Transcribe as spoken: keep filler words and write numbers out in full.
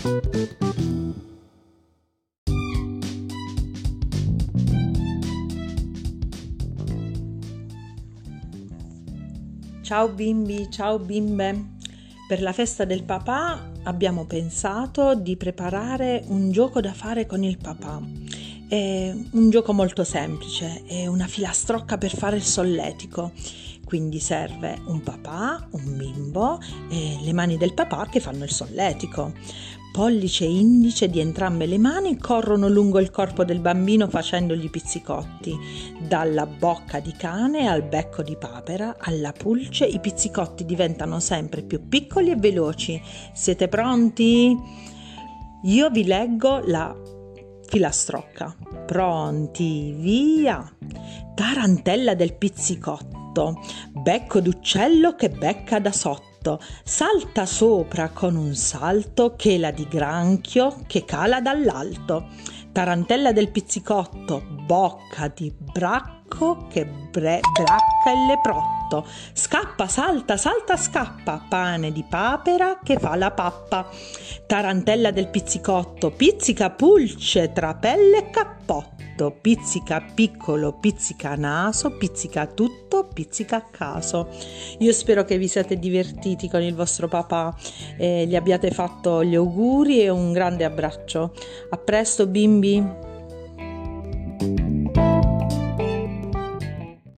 Ciao bimbi, ciao bimbe. Per la festa del papà abbiamo pensato di preparare un gioco da fare con il papà. È un gioco molto semplice, è una filastrocca per fare il solletico. Quindi serve un papà, un bimbo e le mani del papà che fanno il solletico. Pollice e indice di entrambe le mani corrono lungo il corpo del bambino facendogli pizzicotti. Dalla bocca di cane al becco di papera, alla pulce, i pizzicotti diventano sempre più piccoli e veloci. Siete pronti? Io vi leggo la filastrocca. Pronti, via! Tarantella del pizzicotto, becco d'uccello che becca da sotto. Salta sopra con un salto, chela di granchio che cala dall'alto. Tarantella del pizzicotto, bocca di bracco che bre- bracca il leprotto. Scappa, salta, salta, scappa, pane di papera che fa la pappa. Tarantella del pizzicotto, pizzica pulce tra pelle e cappotto. Pizzica piccolo, pizzica naso, pizzica tutto, pizzica a caso. Io spero che vi siate divertiti con il vostro papà, e gli abbiate fatto gli auguri e un grande abbraccio. A presto bimbi!